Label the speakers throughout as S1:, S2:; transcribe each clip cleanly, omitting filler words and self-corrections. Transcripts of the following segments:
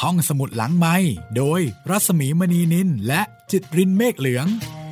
S1: ห้องสมุดหลังไมค์โดยรัศมีมณีนินและจิตรินเมฆเหลือง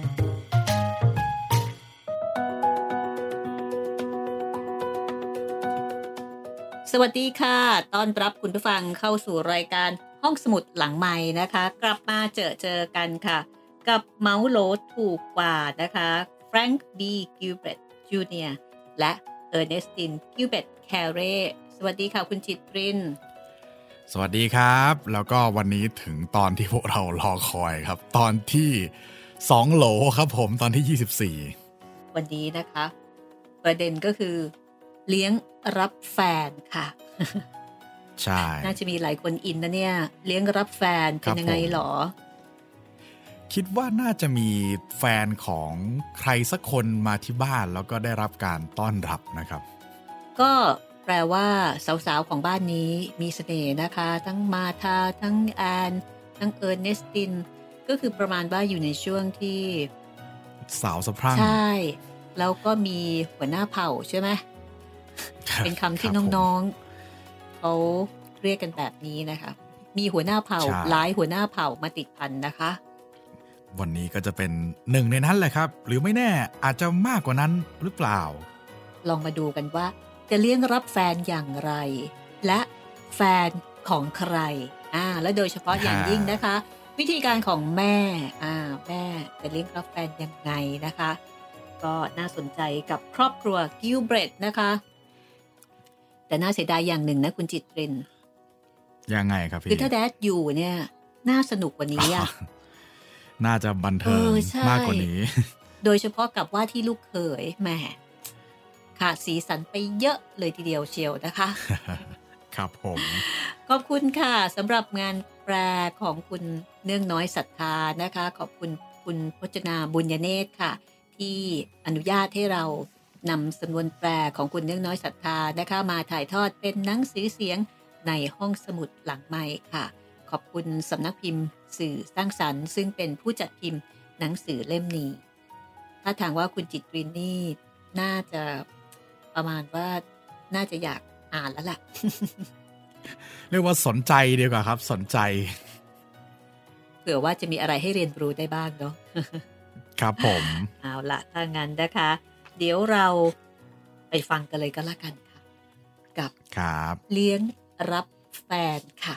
S2: สวัสดีค่ะต้อนรับคุณผู้ฟังเข้าสู่รายการห้องสมุดหลังไมค์นะคะกลับมาเจอกันค่ะกับเมาส์โหลดถูกกว่านะคะแฟรงค์ดีกิลเบตจูเนียร์และเออร์เนสตินกิลเบตแคเร่สวัสดีค่ะคุณจิตริน
S1: สวัสดีครับแล้วก็วันนี้ถึงตอนที่พวกเรารอคอยครับตอนที่2โหลครับผมตอนที่24
S2: วันนี้นะคะประเด็นก็คือเลี้ยงรับแฟนค่ะ
S1: ใช่
S2: น่าจะมีหลายคนอินนะเนี่ยเลี้ยงรับแฟนเป็นยังไงหรอ
S1: คิดว่าน่าจะมีแฟนของใครสักคนมาที่บ้านแล้วก็ได้รับการต้อนรับนะครับ
S2: ก็แปลว่าสาวๆของบ้านนี้มีเสน่ห์นะคะทั้งมาธาทั้งแอนทั้งเออร์เนสตินก็คือประมาณว่าอยู่ในช่วงที่
S1: สาวสะพรั่ง
S2: ใช่แล้วก็มีหัวหน้าเผ่าใช่ไหมเป็นคำที่น้องๆเขาเรียกกันแบบนี้นะคะมีหัวหน้าเผ่าหลายหัวหน้าเผ่ามาติดพันนะคะ
S1: วันนี้ก็จะเป็นหนึ่งในนั้นแหละครับหรือไม่แน่อาจจะมากกว่านั้นหรือเปล่า
S2: ลองมาดูกันว่าจะเลี้ยงรับแฟนอย่างไรและแฟนของใครและโดยเฉพาะอย่างยิ่งนะคะวิธีการของแม่แม่จะเลี้ยงรับแฟนยังไงนะคะก็น่าสนใจกับครอบครัวกิลเบรตนะคะแต่น่าเสียดายอย่างหนึ่งนะคุณจิตริน
S1: ยังไงครับพี่
S2: คือถ้าแดดอยู่เนี่ยน่าสนุกกว่านี้
S1: น่าจะบันเทิงมากกว่านี้
S2: โดยเฉพาะกับว่าที่ลูกเขยแหมขาดสีสันไปเยอะเลยทีเดียวเชียวนะคะ
S1: ครับผม
S2: ขอบคุณค่ะสำหรับงานแปลของคุณเนื่องน้อยศรัทธานะคะขอบคุณคุณพจนาบุญญเนตรค่ะที่อนุญาตให้เรานำสำนวนแปลของคุณเนื่องน้อยศรัทธานะคะมาถ่ายทอดเป็นหนังสือเสียงในห้องสมุดหลังไมค์ค่ะขอบคุณสำนักพิมพ์สื่อสร้างสรรค์ซึ่งเป็นผู้จัดพิมพ์หนังสือเล่มนี้ถ้าทางว่าคุณจิตรินนี่น่าจะประมาณว่าน่าจะอยากอ่านแล้วล่ะ
S1: เรียกว่าสนใจดีกว่าครับสนใจ
S2: เผื่อว่าจะมีอะไรให้เรียนรู้ได้บ้างเนาะ
S1: ครับผม
S2: เอาละถ้างั้นนะคะเดี๋ยวเราไปฟังกันเลยก็แล้วกันค่ะกับเลี้ยงรับแฟนค่ะ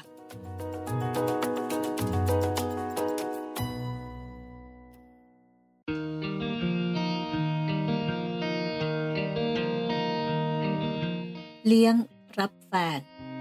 S2: เลี้ยงรับแฟน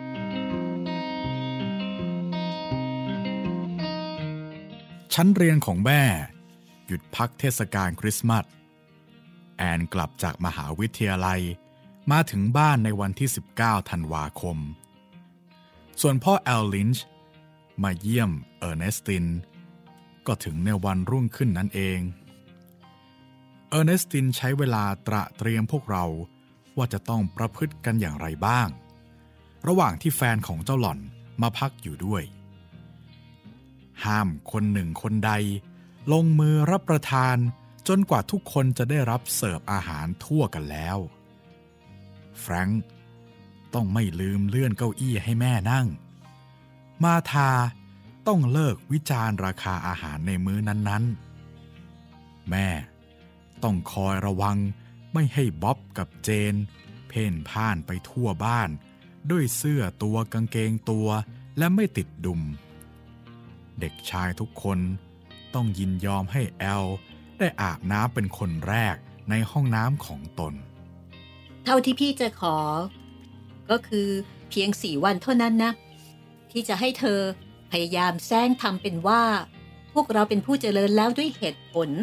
S1: ชั้นเรียนของแม่หยุดพักเทศกาลคริสต์มาสแอนกลับจากมหาวิทยาลัยมาถึงบ้านในวันที่19ธันวาคมส่วนพ่อแอลลินช์มาเยี่ยมเออร์เนสตินก็ถึงในวันรุ่งขึ้นนั่นเองเออร์เนสตินใช้เวลาตระเตรียมพวกเราว่าจะต้องประพฤติกันอย่างไรบ้างระหว่างที่แฟนของเจ้าหล่อนมาพักอยู่ด้วยห้ามคนหนึ่งคนใดลงมือรับประทานจนกว่าทุกคนจะได้รับเสิร์ฟอาหารทั่วกันแล้วแฟรงค์ต้องไม่ลืมเลื่อนเก้าอี้ให้แม่นั่งมาธาต้องเลิกวิจารณ์ราคาอาหารในมื้อนั้นๆแม่ต้องคอยระวังไม่ให้บ๊อบกับเจนเพ่นพ่านไปทั่วบ้านด้วยเสื้อตัวกางเกงตัวและไม่ติดดุมเด็กชายทุกคนต้องยินยอมให้แอลได้อาบน้ำเป็นคนแรกในห้องน้ำของตน
S2: เท่าที่พี่จะขอก็คือเพียง4 วันเท่านั้นนะที่จะให้เธอพยายามแซงทำเป็นว่าพวกเราเป็นผู้เจริญแล้วด้วยเหตุผล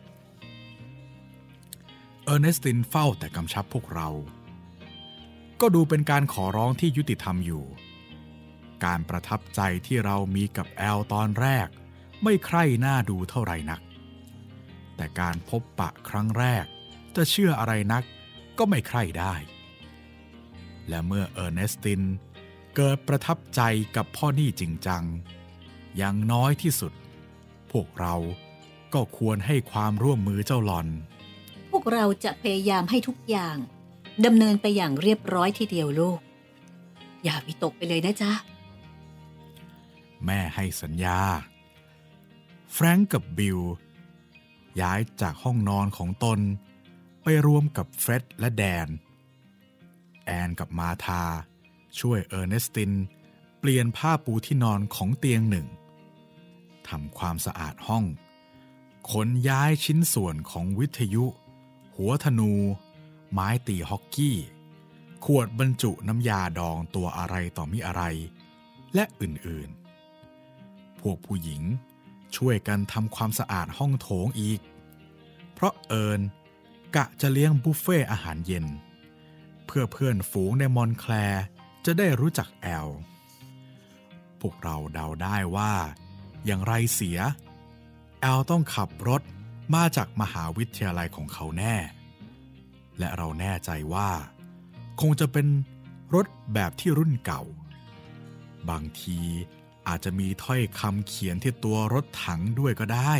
S1: เออร์เนสตินเฝ้าแต่กำชับพวกเราก็ดูเป็นการขอร้องที่ยุติธรรมอยู่การประทับใจที่เรามีกับแอลตอนแรกไม่ใคร่น่าดูเท่าไรนักแต่การพบปะครั้งแรกจะเชื่ออะไรนักก็ไม่ใคร่ได้และเมื่อเออร์เนสตินเกิดประทับใจกับพ่อนี่จริงจังอย่างน้อยที่สุดพวกเราก็ควรให้ความร่วมมือเจ้าหลอน
S2: พวกเราจะพยายามให้ทุกอย่างดำเนินไปอย่างเรียบร้อยทีเดียวลูกอย่าวิตกไปเลยนะจ๊ะ
S1: แม่ให้สัญญาแฟรงก์กับบิลย้ายจากห้องนอนของตนไปรวมกับเฟร็ดและแดนแอนกับมาธาช่วยเออร์เนสตินเปลี่ยนผ้าปูที่นอนของเตียงหนึ่งทำความสะอาดห้องขนย้ายชิ้นส่วนของวิทยุหัวธนูไม้ตีฮอกกี้ขวดบรรจุน้ำยาดองตัวอะไรต่อมิอะไรและอื่นๆพวกผู้หญิงช่วยกันทำความสะอาดห้องโถงอีกเพราะเอิญกะจะเลี้ยงบุฟเฟ่อาหารเย็นเพื่อเพื่อนฝูงในมอนแคลร์จะได้รู้จักแอลพวกเราเดาได้ว่าอย่างไรเสียแอลต้องขับรถมาจากมหาวิทยาลัยของเขาแน่และเราแน่ใจว่าคงจะเป็นรถแบบที่รุ่นเก่าบางทีอาจจะมีถ้อยคำเขียนที่ตัวรถถังด้วยก็ได้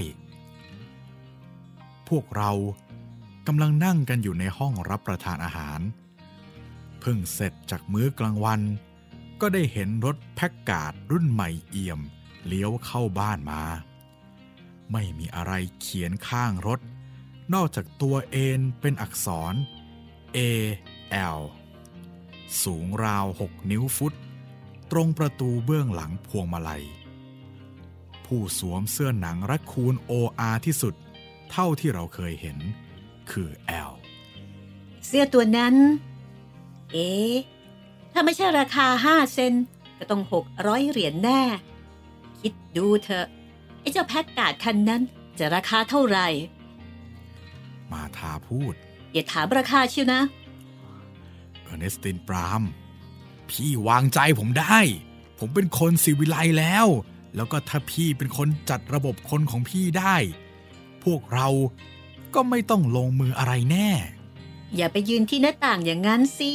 S1: พวกเรากำลังนั่งกันอยู่ในห้องรับประทานอาหารเพิ่งเสร็จจากมื้อกลางวันก็ได้เห็นรถแพ็คการ์ดรุ่นใหม่เอี่ยมเลี้ยวเข้าบ้านมาไม่มีอะไรเขียนข้างรถนอกจากตัวเอนเป็นอักษร A.L. สูงราว6 นิ้วฟุตตรงประตูเบื้องหลังพวงมาลัยผู้สวมเสื้อหนังแร็คคูน OR ที่สุดเท่าที่เราเคยเห็นคือแอล
S2: เสื้อตัวนั้นถ้าไม่ใช่ราคา5 เซนต์ก็ต้อง600 เหรียญแน่คิดดูเถอะไอ้เจ้าแพ็คการ์ดคันนั้นจะราคาเท่าไหร่
S1: มาธาพูด
S2: อย่าถามราคาเชียวนะ
S1: เออร์เนสตินปรามพี่วางใจผมได้ผมเป็นคนศิวิไลซ์แล้วก็ถ้าพี่เป็นคนจัดระบบคนของพี่ได้พวกเราก็ไม่ต้องลงมืออะไรแน่
S2: อย่าไปยืนที่หน้าต่างอย่างนั้นสิ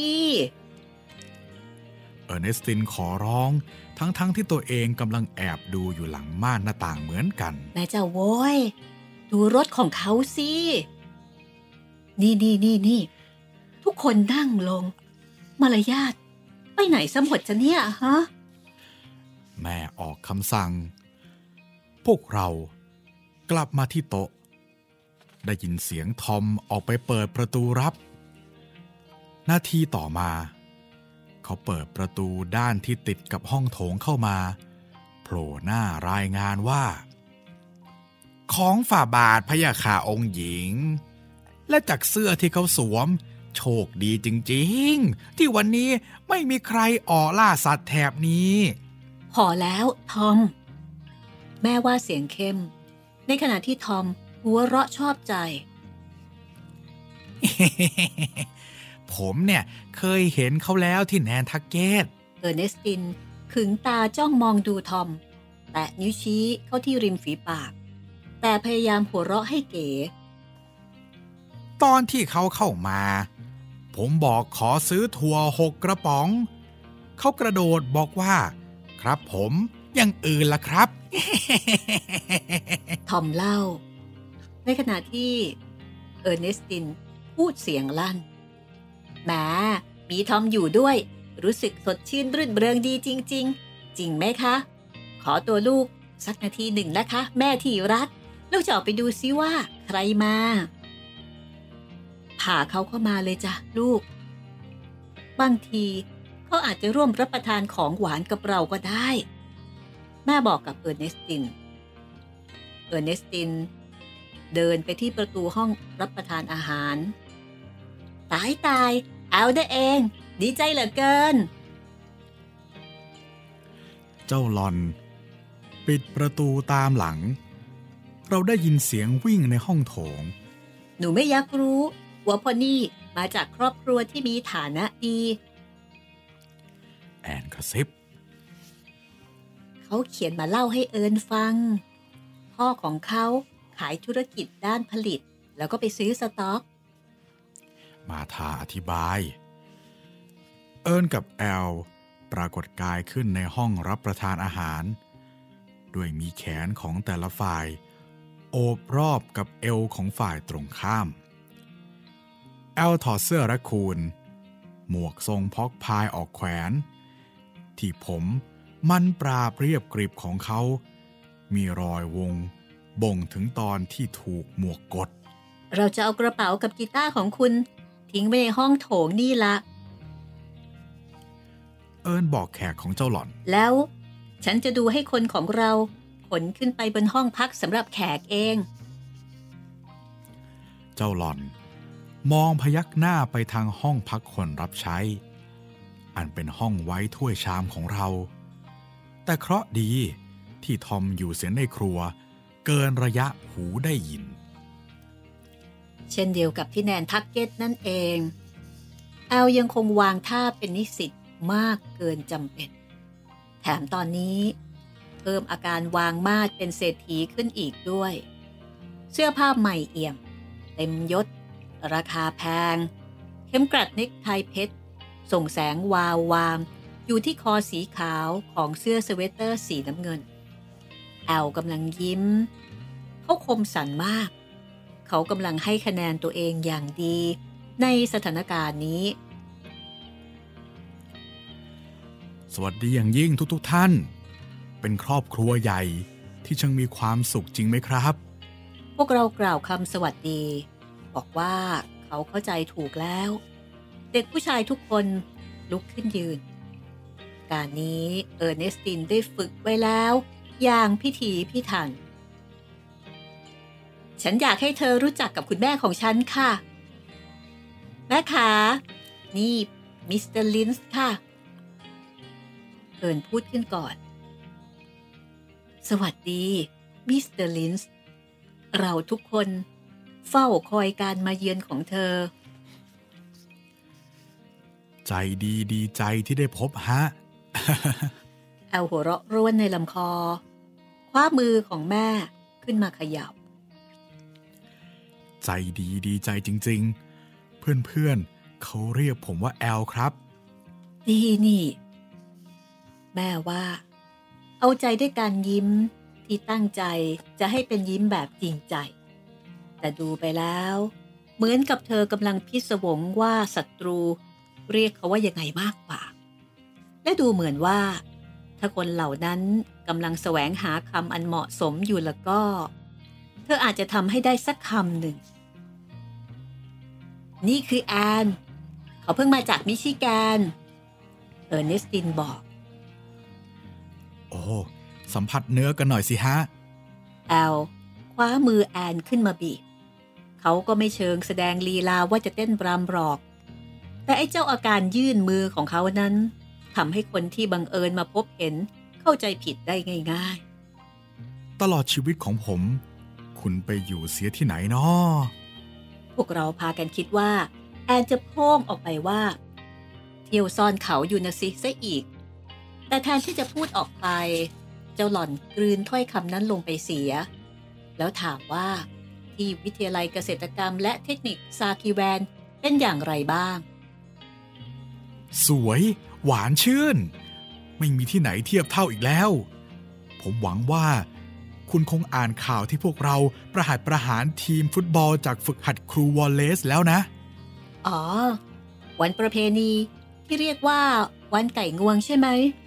S1: เออร์เนสตินขอร้องทั้งที่ตัวเองกำลังแอบดูอยู่หลังม่านหน้าต่างเหมือนกัน
S2: แม่เจ้าโว้ยดูรถของเขาสินี่ทุกคนนั่งลงมารยาทไปไหนสมหดจะเนี่ยฮะ
S1: แม่ออกคำสั่งพวกเรากลับมาที่โต๊ะได้ยินเสียงทอมออกไปเปิดประตูรับนาทีต่อมาเขาเปิดประตูด้านที่ติดกับห้องโถงเข้ามาโผล่หน้ารายงานว่าของฝ่าบาทพะยะค่ะองค์หญิงและจากเสื้อที่เขาสวมโชคดีจริงๆที่วันนี้ไม่มีใครออกล่าสัตว์แถบนี้
S2: พอแล้วทอมแม่ว่าเสียงเข้มในขณะที่ทอมหัวเราะชอบใจ
S1: ผมเนี่ยเคยเห็นเขาแล้วที่แนนทักเกต
S2: เออร์เนสตินขึงตาจ้องมองดูทอมแตะนิ้วชี้เข้าที่ริมฝีปากแต่พยายามหัวเราะให้เก๋
S1: ตอนที่เขาเข้ามาผมบอกขอซื้อถั่ว6 กระป๋องเขากระโดดบอกว่าครับผมอย่างอื่นล่ะครับ
S2: ทอมเล่าในขณะที่เออร์เนสตินพูดเสียงลั่นแหมมีทอมอยู่ด้วยรู้สึกสดชื่นรื่นเริงดีจริงๆจริงไหมคะขอตัวลูกสักนาทีหนึ่งนะคะแม่ที่รักลูกจะออกไปดูซิว่าใครมาพาเขาเข้ามาเลยจ้ะลูกบางทีเขาอาจจะร่วมรับประทานของหวานกับเราก็ได้แม่บอกกับเออร์เนสตินเดินไปที่ประตูห้องรับประทานอาหารตายเอาได้เองดีใจเหลือเกิน
S1: เจ้าหลอนปิดประตูตามหลังเราได้ยินเสียงวิ่งในห้องโถง
S2: หนูไม่อยากรู้ว่าพ่อนี่มาจากครอบครัวที่มีฐานะดี
S1: แอนกระซิบ
S2: เขาเขียนมาเล่าให้เอิญฟังพ่อของเขาขายธุรกิจด้านผลิตแล้วก็ไปซื้อสต็อก
S1: มาธาอธิบายเอิญกับแอลปรากฏกายขึ้นในห้องรับประทานอาหารด้วยมีแขนของแต่ละฝ่ายโอบรอบกับเอวของฝ่ายตรงข้ามแอลถอดเสื้อแร็คคูนหมวกทรงพ็อกพายออกแขวนที่ผมมันปราบเรียบกริบของเขามีรอยวงบ่งถึงตอนที่ถูกหมวกกด
S2: เราจะเอากระเป๋ากับกีตาร์ของคุณทิ้งไว้ในห้องโถงนี่ละ
S1: เอิญบอกแขกของเจ้าหล่อน
S2: แล้วฉันจะดูให้คนของเราขนขึ้นไปบนห้องพักสำหรับแขกเอง
S1: เจ้าหล่อนมองพยักหน้าไปทางห้องพักคนรับใช้อันเป็นห้องไว้ถ้วยชามของเราแต่เคราะห์ดีที่ทอมอยู่เสียในครัวเกินระยะหูได้ยิน
S2: เช่นเดียวกับที่แนนทักเก็ตนั่นเองแอลยังคงวางท่าเป็นนิสิตมากเกินจำเป็นแถมตอนนี้เพิ่มอาการวางมาดเป็นเศรษฐีขึ้นอีกด้วยเสื้อผ้าใหม่เอี่ยมเต็มยศราคาแพงเข็มกลัดเน็กไทเพชรส่งแสงวาววามอยู่ที่คอสีขาวของเสื้อสเวตเตอร์สีน้ำเงินแอลกำลังยิ้มเขาคมสันมากเขากำลังให้คะแนนตัวเองอย่างดีในสถานการณ์นี้
S1: สวัสดีอย่างยิ่งทุกท่านเป็นครอบครัวใหญ่ที่ช่างมีความสุขจริงไหมครับ
S2: พวกเรากล่าวคำสวัสดีบอกว่าเขาเข้าใจถูกแล้วเด็กผู้ชายทุกคนลุกขึ้นยืนการนี้เออร์เนสตินได้ฝึกไว้แล้วอย่างพิถีพิถันฉันอยากให้เธอรู้จักกับคุณแม่ของฉันค่ะแม่ขานี่มิสเตอร์ลินส์ค่ะเอิร์นพูดขึ้นก่อนสวัสดีมิสเตอร์ลินส์เราทุกคนเฝ้าคอยการมาเยือนของเธอ
S1: ใจดีใจที่ได้พบฮะ
S2: แอลหัวเราะร่วนในลำคอคว้ามือของแม่ขึ้นมาเขย่า
S1: ใจดีใจจริงๆเพื่อนเขาเรียกผมว่าแอลครับ
S2: ดีนี่แม่ว่าเอาใจด้วยการยิ้มที่ตั้งใจจะให้เป็นยิ้มแบบจริงใจแต่ดูไปแล้วเหมือนกับเธอกำลังพิศวงว่าศัตรูเรียกเขาว่ายังไงมากกว่าและดูเหมือนว่าถ้าคนเหล่านั้นกำลังแสวงหาคำอันเหมาะสมอยู่แล้วก็เธออาจจะทำให้ได้สักคำหนึ่งนี่คือแอนเขาเพิ่งมาจากมิชิแกนเออร์เนสตินบอก
S1: โอ้สัมผัสเนื้อกันหน่อยสิฮะ
S2: แอลคว้ามือแอนขึ้นมาบีบเขาก็ไม่เชิงแสดงลีลาว่าจะเต้นรำหรอกแต่ไอ้เจ้าอาการยื่นมือของเขานั้นทำให้คนที่บังเอิญมาพบเห็นเข้าใจผิดได้ง่าย
S1: ๆตลอดชีวิตของผมคุณไปอยู่เสียที่ไหนน้อ
S2: พวกเราพากันคิดว่าแอนจะโพ่งออกไปว่าเที่ยวซ่อนเขาอยู่นะสิซะอีกแต่แทนที่จะพูดออกไปเจ้าหล่อนกลืนถ้อยคำนั้นลงไปเสียแล้วถามว่าที่วิทยาลัยเกษตรกรรมและเทคนิคซาคิแวนเป็นอย่างไรบ้าง
S1: สวยหวานชื่นไม่มีที่ไหนเทียบเท่าอีกแล้วผมหวังว่าคุณคงอ่านข่าวที่พวกเราประหารทีมฟุตบอลจากฝึกหัดครูวอลเลซแล้วนะ
S2: อ๋อวันประเพณีที่เรียกว่าวันไก่งวงใช่ไหม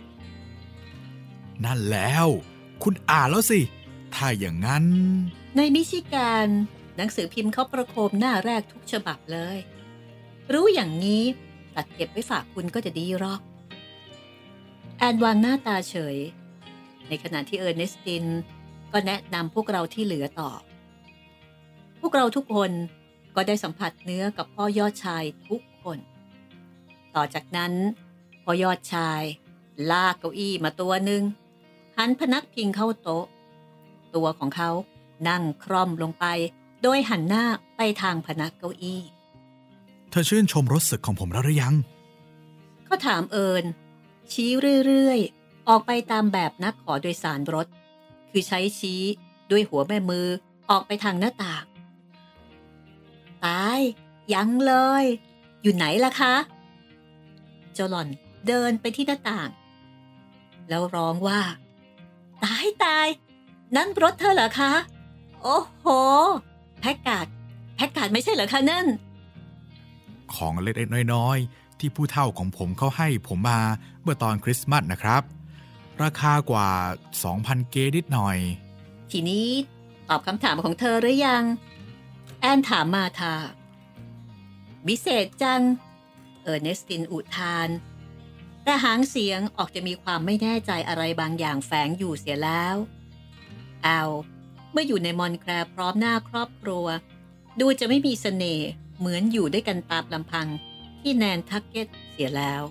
S1: นั่นแล้วคุณอ่านแล้วสิถ้าอย่างนั้น
S2: ในมิชิแกนหนังสือพิมพ์เขาประโคมหน้าแรกทุกฉบับเลยรู้อย่างนี้ตัดเก็บไว้ฝากคุณก็จะดีหรอกแอนวางหน้าตาเฉยในขณะที่เออร์เนสตินก็แนะนำพวกเราที่เหลือต่อพวกเราทุกคนก็ได้สัมผัสเนื้อกับพ่อยอดชายทุกคนต่อจากนั้นพ่อยอดชายลากเก้าอี้มาตัวหนึ่งหันพนักพิงเข้าโต๊ะตัวของเขานั่งคร่อมลงไปโดยหันหน้าไปทางพนักเก้าอี้
S1: เธอชื่นชมรถศึกของผมแล้วหรือยัง
S2: เขาถามเอิญชี้เรื่อยๆออกไปตามแบบนักขอโดยสารรถคือใช้ชี้ด้วยหัวแม่มือออกไปทางหน้าต่างตายยังเลยอยู่ไหนล่ะคะเจ้าหล่อนเดินไปที่หน้าต่างแล้วร้องว่าตายนั่นรถเธอเหรอคะโอ้โหแพ็กการ์ดไม่ใช่เหรอคะนั่น
S1: ของเล็กๆน้อยๆที่ผู้เฒ่าของผมเขาให้ผมมาเมื่อตอนคริสต์มาสนะครับราคากว่า 2,000 เกนิดหน่อย
S2: ทีนี้ตอบคำถามของเธอหรือยังแอนถามมาธาวิเศษจังเออร์เนสตินอุทานแต่หางเสียงออกจะมีความไม่แน่ใจอะไรบางอย่างแฝงอยู่เสียแล้วแอลเมื่ออยู่ในมอนแคลร์พร้อมหน้าครอบครัวดูจะไม่มีเสน่ห์เหมือนอยู่ด้วยกันตามลำพังที่แนนทักเก็ตเสียแล้ว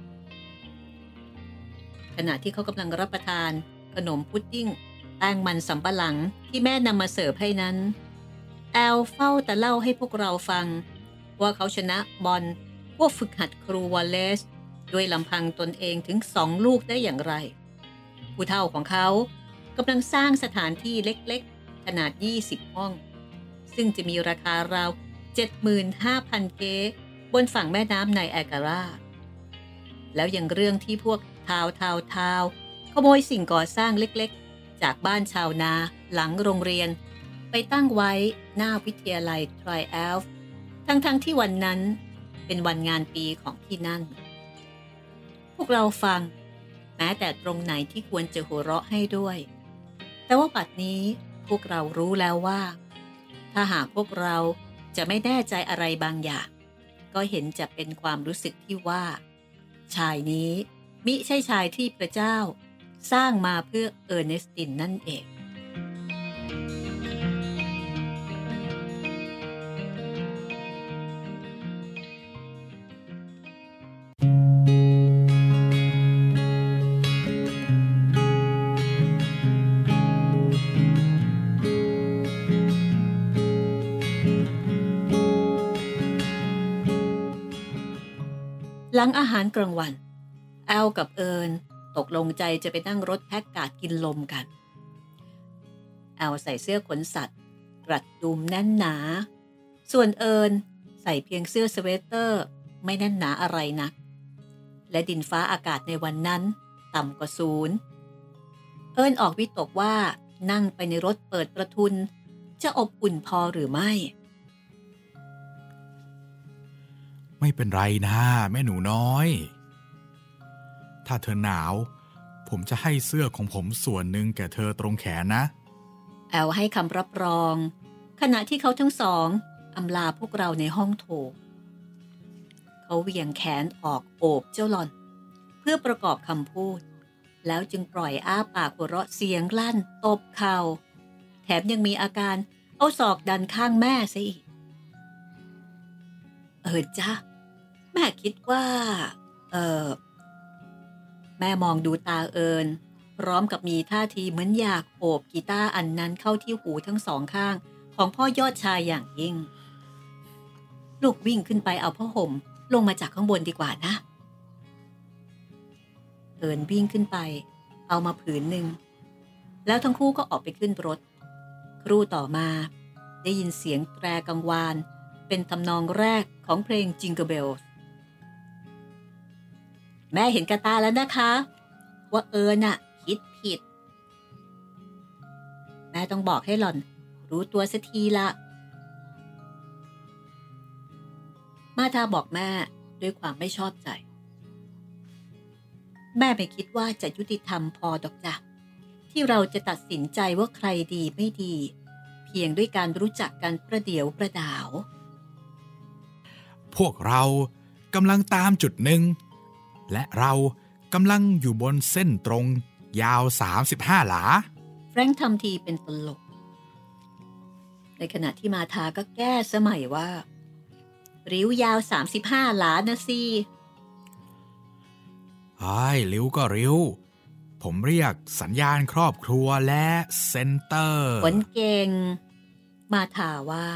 S2: ขณะที่เขากำลังรับประทานขนมพุดดิ้งแป้งมันสำปะหลังที่แม่นำมาเสิร์ฟให้นั้นแอลเฝ้าแต่เล่าให้พวกเราฟังว่าเขาชนะบอลพวกฝึกหัดครูวอลเลซด้วยลำพังตนเองถึง2 ลูกได้อย่างไรผู้เฒ่าของเขากำลังสร้างสถานที่เล็กๆขนาด20 ห้องซึ่งจะมีราคาราว 75,000 เกบนฝั่งแม่น้ำไนแอการาแล้วยังเรื่องที่พวกทาวขโมยสิ่งก่อสร้างเล็กๆจากบ้านชาวนาหลังโรงเรียนไปตั้งไว้หน้าวิทยาลัยทริแอลฟ์ทั้งที่วันนั้นเป็นวันงานปีของที่นั่นพวกเราฟังแม้แต่ตรงไหนที่ควรจะหัวเราะให้ด้วยแต่ว่าบัดนี้พวกเรารู้แล้วว่าถ้าหากพวกเราจะไม่แน่ใจอะไรบางอย่างก็เห็นจะเป็นความรู้สึกที่ว่าชายนี้มิใช่ชายที่พระเจ้าสร้างมาเพื่อเออร์เนสตินนั่นเองหลังอาหารกลางวันแอลกับเอิญตกลงใจจะไปนั่งรถแพ็กการ์ดกินลมกันแอลใส่เสื้อขนสัตว์กรัดดุมแน่นหนาส่วนเอิญใส่เพียงเสื้อสเวตเตอร์ไม่แน่นหนาอะไรนักและดินฟ้าอากาศในวันนั้นต่ำกว่า0เอิญออกวิตกว่านั่งไปในรถเปิดประทุนจะอบอุ่นพอหรือไม่
S1: เป็นไรนะแม่หนูน้อยถ้าเธอหนาวผมจะให้เสื้อของผมส่วนหนึ่งแก่เธอตรงแขนนะ
S2: แอลให้คำรับรองขณะที่เขาทั้งสองอำลาพวกเราในห้องโถงเขาเหวี่ยงแขนออกโอบเจ้าหล่อนเพื่อประกอบคำพูดแล้วจึงปล่อยอ้าปากหัวเราะเสียงลั่นตบเข่าแถมยังมีอาการเอาศอกดันข้างแม่ซะอีกจ้ะแม่คิดว่าแม่มองดูตาเอิญพร้อมกับมีท่าทีเหมือนอยากโอบกีตาร์อันนั้นเข้าที่หูทั้งสองข้างของพ่อยอดชายอย่างยิ่งลูกวิ่งขึ้นไปเอาผ้าห่มลงมาจากข้างบนดีกว่านะเอิญวิ่งขึ้นไปเอามาผืนหนึ่งแล้วทั้งคู่ก็ออกไปขึ้นรถครู่ต่อมาได้ยินเสียงแตรกังวานเป็นทำนองแรกของเพลง Jingle Bells แม่เห็นกระตาแล้วนะคะว่าเอิญน่ะคิดผิดแม่ต้องบอกให้หล่อนรู้ตัวสักทีละมาธาบอกแม่ด้วยความไม่ชอบใจแม่ไม่คิดว่าจะยุติธรรมพอดอกจ้ะที่เราจะตัดสินใจว่าใครดีไม่ดีเพียงด้วยการรู้จักกันประเดี๋ยวประดาว
S1: พวกเรากำลังตามจุดหนึ่งและเรากำลังอยู่บนเส้นตรงยาว35 หลา
S2: แฟรงค์ทำทีเป็นตลกในขณะที่มาธาก็แก้สมัยว่าริ้วยาว35 หลานะสิ
S1: ริ้วก็ริ้วผมเรียกสัญญาณครอบครัวและเซ็นเตอร์
S2: คนเก่งมาธาว่า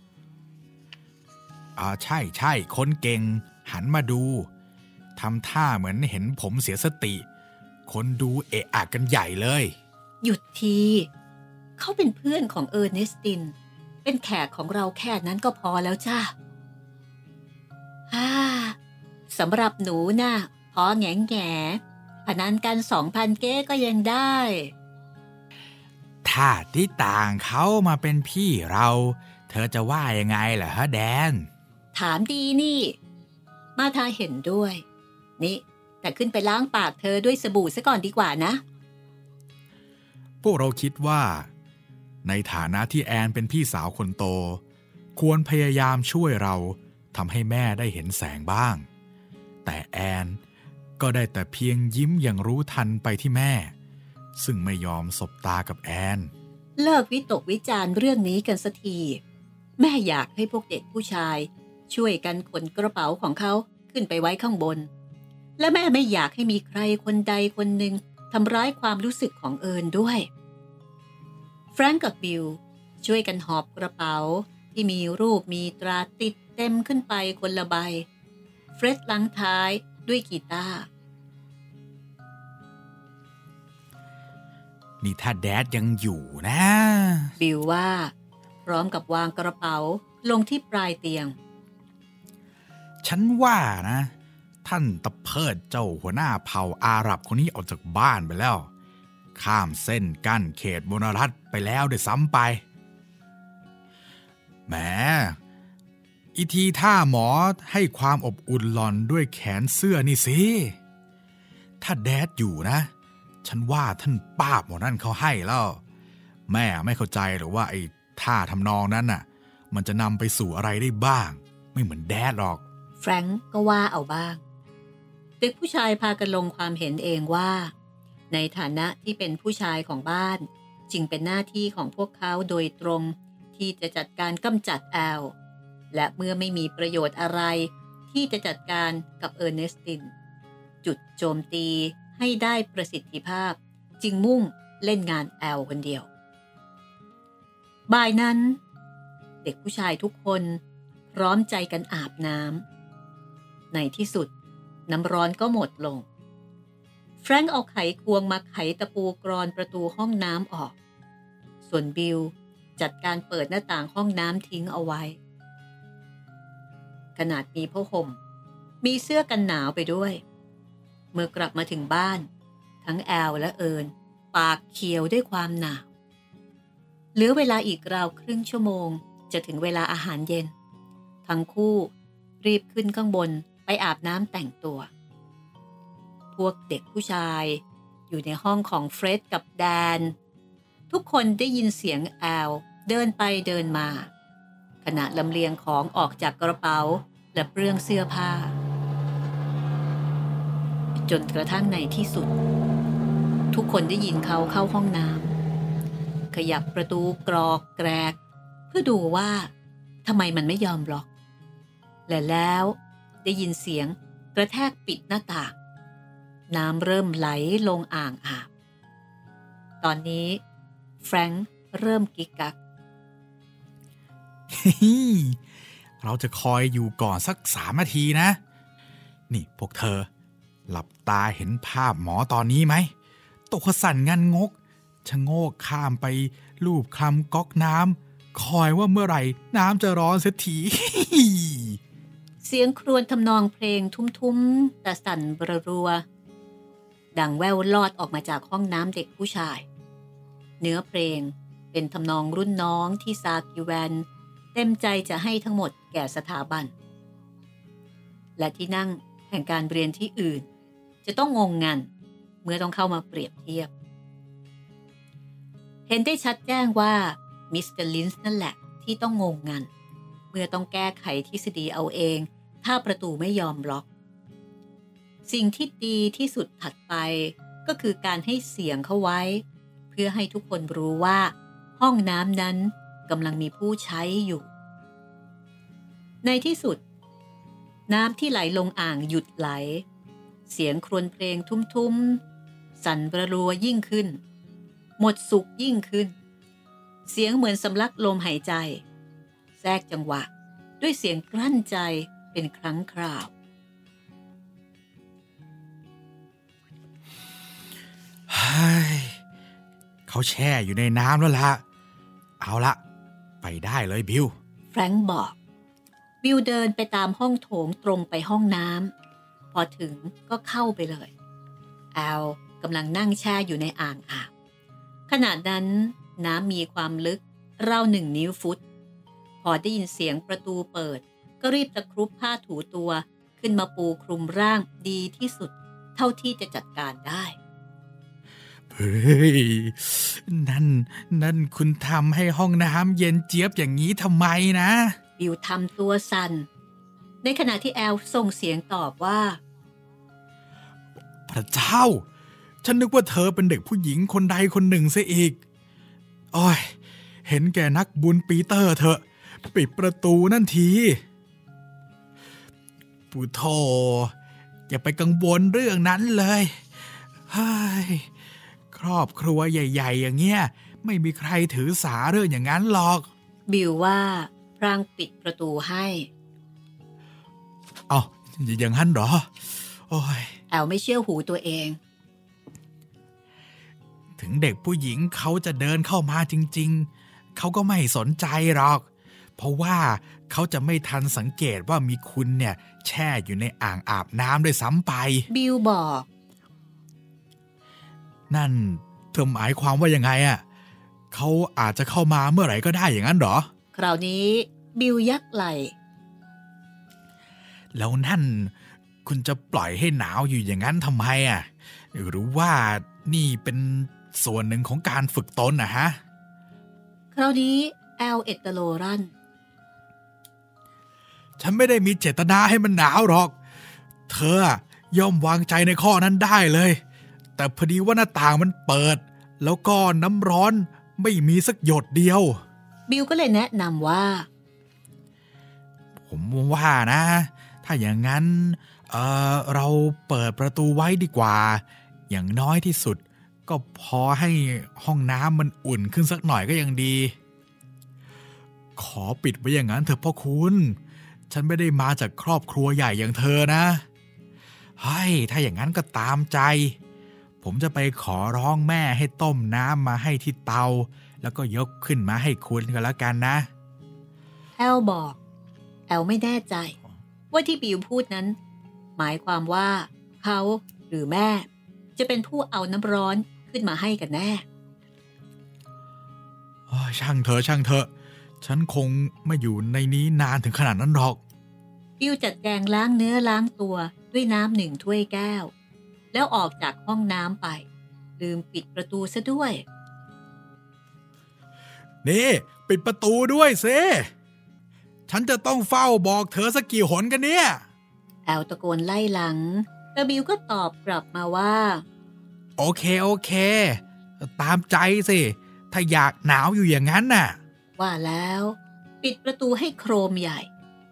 S1: ใช่คนเก่งหันมาดูทำท่าเหมือนเห็นผมเสียสติคนดูเอะอะกันใหญ่เลย
S2: หยุดทีเขาเป็นเพื่อนของเออร์เนสตินเป็นแขกของเราแค่นั้นก็พอแล้วจ้าสำหรับหนูน่ะพอแง่พนันกัน 2,000 เก้ก็ยังได้
S1: ถ้าที่ต่างเขามาเป็นพี่เราเธอจะว่ายังไงล่ะฮะแดน
S2: ถามดีนี่มาธาเห็นด้วยนี่แต่ขึ้นไปล้างปากเธอด้วยสบู่ซะก่อนดีกว่านะ
S1: พวกเราคิดว่าในฐานะที่แอนเป็นพี่สาวคนโตควรพยายามช่วยเราทำให้แม่ได้เห็นแสงบ้างแต่แอนก็ได้แต่เพียงยิ้มอย่างรู้ทันไปที่แม่ซึ่งไม่ยอมสบตากับแอน
S2: เลิกวิตกวิจารณ์เรื่องนี้กันสักทีแม่อยากให้พวกเด็กผู้ชายช่วยกันขนกระเป๋าของเขาขึ้นไปไว้ข้างบนและแม่ไม่อยากให้มีใครคนใดคนหนึ่งทำร้ายความรู้สึกของเอิญด้วยแฟรงก์กับบิลช่วยกันหอบกระเป๋าที่มีรูปมีตราติดเต็มขึ้นไปคนละใบเฟร็ดลังท้ายด้วยกีตาร์
S1: นี่ถ้าแดดยังอยู่นะ
S2: บิลว่าพร้อมกับวางกระเป๋าลงที่ปลายเตียง
S1: ฉันว่านะท่านตะเพิดเจ้าหัวหน้าเผ่าอาหรับคนนี้ออกจากบ้านไปแล้วข้ามเส้นกั้นเขตมณฑลไปแล้วด้วยซ้ำไปแหมอีทีท่าหมอให้ความอบอุ่นหล่อนด้วยแขนเสื้อนี่สิถ้าแดดอยู่นะฉันว่าท่านป้าบหมอนั่นเขาให้แล้วแม่ไม่เข้าใจหรือว่าไอ้ท่าทำนองนั้นน่ะมันจะนำไปสู่อะไรได้บ้างไม่เหมือนแดดหรอก
S2: แฟรงก์ก็ว่าเอาบ้างเด็กผู้ชายพากันลงความเห็นเองว่าในฐานะที่เป็นผู้ชายของบ้านจึงเป็นหน้าที่ของพวกเขาโดยตรงที่จะจัดการกำจัดแอลและเมื่อไม่มีประโยชน์อะไรที่จะจัดการกับเออร์เนสตินจุดโจมตีให้ได้ประสิทธิภาพจึงมุ่งเล่นงานแอลคนเดียวบ่ายนั้นเด็กผู้ชายทุกคนพร้อมใจกันอาบน้ำในที่สุดน้ำร้อนก็หมดลงแฟรงก์เอาไขควงมาไขตะปูกรอนประตูห้องน้ำออกส่วนบิลจัดการเปิดหน้าต่างห้องน้ำทิ้งเอาไว้ขนาดมีผ้าห่มมีเสื้อกันหนาวไปด้วยเมื่อกลับมาถึงบ้านทั้งแอลและเอิญปากเขียวด้วยความหนาวเหลือเวลาอีกราวครึ่งชั่วโมงจะถึงเวลาอาหารเย็นทั้งคู่รีบขึ้นข้างบนไปอาบน้ำแต่งตัวพวกเด็กผู้ชายอยู่ในห้องของเฟร็ดกับแดนทุกคนได้ยินเสียงแอลเดินไปเดินมาขณะลำเลียงของออกจากกระเป๋าและเปลื้องเสื้อผ้าจนกระทั่งในที่สุดทุกคนได้ยินเขาเข้าห้องน้ำขยับประตูกรอกแกรกเพื่อดูว่าทำไมมันไม่ยอมล็อกและแล้วได้ยินเสียงกระแทกปิดหน้าต่างน้ำเริ่มไหลลงอ่างอาบตอนนี้แฟรงก์เริ่มกิกกัก
S1: เราจะคอยอยู่ก่อนสัก3 นาทีนะนี่พวกเธอหลับตาเห็นภาพหมอตอนนี้ไหมตัวสั่นงันงกชะโงกข้ามไปลูบคลำก๊อกน้ำคอยว่าเมื่อไหร่น้ำจะร้อนเสียที
S2: เสียงครวญทำนองเพลงทุ้มๆแต่สั่นรัวๆดังแว่วลอดออกมาจากห้องน้ำเด็กผู้ชายเนื้อเพลงเป็นทำนองรุ่นน้องที่ซากิแวนเต็มใจจะให้ทั้งหมดแก่สถาบันและที่นั่งแห่งการเรียนที่อื่นจะต้องงงงันเมื่อต้องเข้ามาเปรียบเทียบเห็นได้ชัดแจ้งว่ามิสเตอร์ลินส์นั่นแหละที่ต้องงงงันเมื่อต้องแก้ไขทฤษฎีเอาเองถ้าประตูไม่ยอมล็อกสิ่งที่ดีที่สุดถัดไปก็คือการให้เสียงเข้าไว้เพื่อให้ทุกคนรู้ว่าห้องน้ำนั้นกำลังมีผู้ใช้อยู่ในที่สุดน้ำที่ไหลลงอ่างหยุดไหลเสียงครวญเพลงทุ้มๆสั่นประรัวยิ่งขึ้นหมดสุขยิ่งขึ้นเสียงเหมือนสำลักลมหายใจแทรกจังหวะด้วยเสียงกลั้นใจเป็นครั้งคราว
S1: เขาแช่อยู่ในน้ำแล้วล่ะเอาละไปได้เลยบิล
S2: แฟรงก์บอกบิลเดินไปตามห้องโถงตรงไปห้องน้ำพอถึงก็เข้าไปเลยแอลกำลังนั่งแช่อยู่ในอ่างอาบขณะนั้นน้ำมีความลึกราว1 นิ้วฟุตพอได้ยินเสียงประตูเปิดก็รีบตะครุบผ้าถูตัวขึ้นมาปูคลุมร่างดีที่สุดเท่าที่จะจัดการได้
S1: บเฮ้ยนั่นคุณทำให้ห้องน้ำเย็นเจี๊ยบอย่างนี้ทำไมนะ
S2: บิวทำตัวสั่นในขณะที่แอลส่งเสียงตอบว่า
S1: พระเจ้าฉันนึกว่าเธอเป็นเด็กผู้หญิงคนใดคนหนึ่งซะอีกโอ้ยเห็นแก่นักบุญปีเตอร์เถอะปิดประตูนั่นทีปู่โธอย่าไปกังวลเรื่องนั้นเลยเฮ้ยครอบครัวใหญ่ๆอย่างเงี้ยไม่มีใครถือสาเรื่องอย่างนั้นหรอก
S2: บิวว่าพรางปิดประตูให้
S1: อ้าวอย่างนั้นเหรอโอ้ย
S2: แอลไม่เชื่อหูตัวเอง
S1: ถึงเด็กผู้หญิงเขาจะเดินเข้ามาจริงๆเขาก็ไม่สนใจหรอกเพราะว่าเขาจะไม่ทันสังเกตว่ามีคุณเนี่ยแช่อยู่ในอ่างอาบน้ำด้วยซ้ำไป
S2: บิวบอก
S1: นั่นเธอหมายความว่ายังไงอ่ะเขาอาจจะเข้ามาเมื่อไหร่ก็ได้อย่างนั้นเหรอ
S2: คราวนี้บิวยักไหล่
S1: แล้วนั่นคุณจะปล่อยให้หนาวอยู่อย่างนั้นทำไมอ่ะหรือว่านี่เป็นส่วนหนึ่งของการฝึกตนนะฮะ
S2: คราวนี้แอลเอตโลรัน
S1: ฉันไม่ได้มีเจตนาให้มันหนาวหรอกเธอย่อมวางใจในข้อนั้นได้เลยแต่พอดีว่าหน้าต่างมันเปิดแล้วก็น้ำร้อนไม่มีสักหยดเดียว
S2: บิวก็เลยแนะนำว่า
S1: ผมว่านะถ้าอย่างนั้นเราเปิดประตูไว้ดีกว่าอย่างน้อยที่สุดก็พอให้ห้องน้ำมันอุ่นขึ้นสักหน่อยก็ยังดีขอปิดไว้อย่างนั้นเถอะพ่อคุณฉันไม่ได้มาจากครอบครัวใหญ่อย่างเธอนะเฮ้ยถ้าอย่างนั้นก็ตามใจผมจะไปขอร้องแม่ให้ต้มน้ำมาให้ที่เตาแล้วก็ยกขึ้นมาให้คุณกันแล้วกันนะ
S2: แอลบอกแอลไม่แน่ใจว่าที่บิวพูดนั้นหมายความว่าเขาหรือแม่จะเป็นผู้เอาน้ำร้อนขึ้นมาให้กันแน่
S1: ช่างเถอะฉันคงไม่อยู่ในนี้นานถึงขนาดนั้นหรอก
S2: บิวจัดแจงล้างเนื้อล้างตัวด้วยน้ำ1 ถ้วยแก้วแล้วออกจากห้องน้ำไปลืมปิดประตูซะด้วย
S1: นี่ปิดประตูด้วยเซ่ฉันจะต้องเฝ้าบอกเธอสักกี่หนกันเนี่ย
S2: แอลตะโกนไล่หลังแต่บิวก็ตอบกลับมาว่า
S1: โอเคตามใจสิถ้าอยากหนาวอยู่อย่างนั้นน่ะ
S2: ว่าแล้วปิดประตูให้โครมใหญ่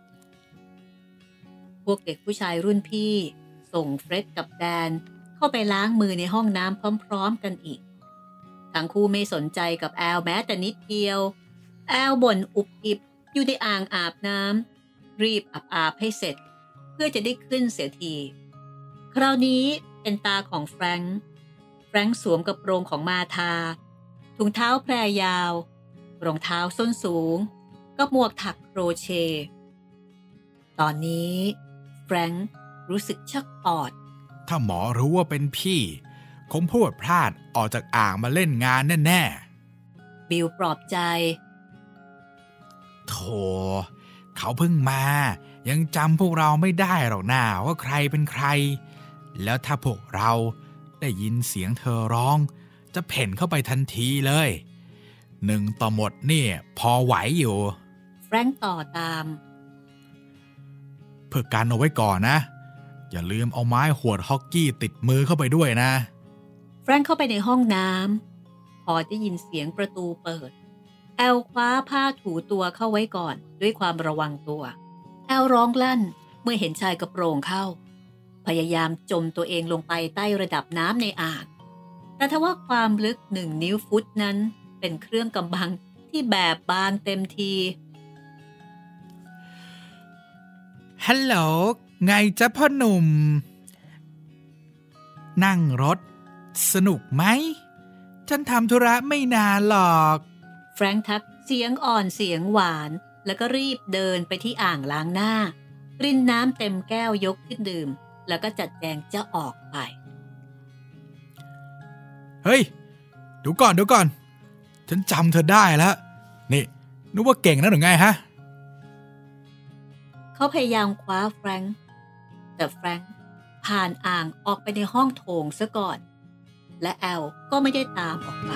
S2: พวกเด็กผู้ชายรุ่นพี่ส่งเฟร็ดกับแดนเข้าไปล้างมือในห้องน้ำพร้อมๆกันอีกทั้งคู่ไม่สนใจกับแอลแม้แต่นิดเดียวแอลบ่นอุบอิบอยู่ในอ่างอาบน้ำรีบอาบให้เสร็จเพื่อจะได้ขึ้นเสียทีคราวนี้เป็นตาของแฟรงค์สวมกระโปรงของมาธาถุงเท้าแพรยาวรองเท้าส้นสูงกับหมวกถักโครเชต์ตอนนี้แฟรงค์รู้สึกชักปอด
S1: ถ้าหมอรู้ว่าเป็นพี่คงพูดพลาดออกจากอ่างมาเล่นงานแน่
S2: ๆบิลปลอบใจ
S1: โธ่เขาเพิ่งมายังจำพวกเราไม่ได้หรอกนะว่าใครเป็นใครแล้วถ้าพวกเราได้ยินเสียงเธอร้องจะเพ่นเข้าไปทันทีเลย1 ต่อหมดเนี่ยพอไหวอยู่
S2: แฟรงค์ต่อตาม
S1: เพื่อกันเอาไว้ก่อนนะอย่าลืมเอาไม้หวดฮอกกี้ติดมือเข้าไปด้วยนะ
S2: แฟรงค์เข้าไปในห้องน้ำพอได้ยินเสียงประตูเปิดแอลคว้าผ้าถูตัวเข้าไว้ก่อนด้วยความระวังตัวแอลร้องลั่นเมื่อเห็นชายกระโปรงเข้าพยายามจมตัวเองลงไปใต้ระดับน้ำในอ่างแต่ทว่าความลึก1 นิ้วฟุตนั้นเป็นเครื่องกำบังที่แบบบางเต็มที
S1: ฮัลโหลไงจ๊ะพ่อหนุ่มนั่งรถสนุกไหมฉันทำธุระไม่นานหรอก
S2: แฟรงค์ทักเสียงอ่อนเสียงหวานแล้วก็รีบเดินไปที่อ่างล้างหน้ารินน้ำเต็มแก้วยกขึ้นดื่มแล้วก็จัดแจงจะออกไป
S1: เฮ้ยดูก่อนฉันจำเธอได้แล้วนี่นึกว่าเก่งนะหรือไงฮะ
S2: เขาพยายามคว้าแฟรงค์แต่แฟรงค์ผ่านอ่างออกไปในห้องโถงซะก่อนและแอลก็ไม่ได้ตามออกไป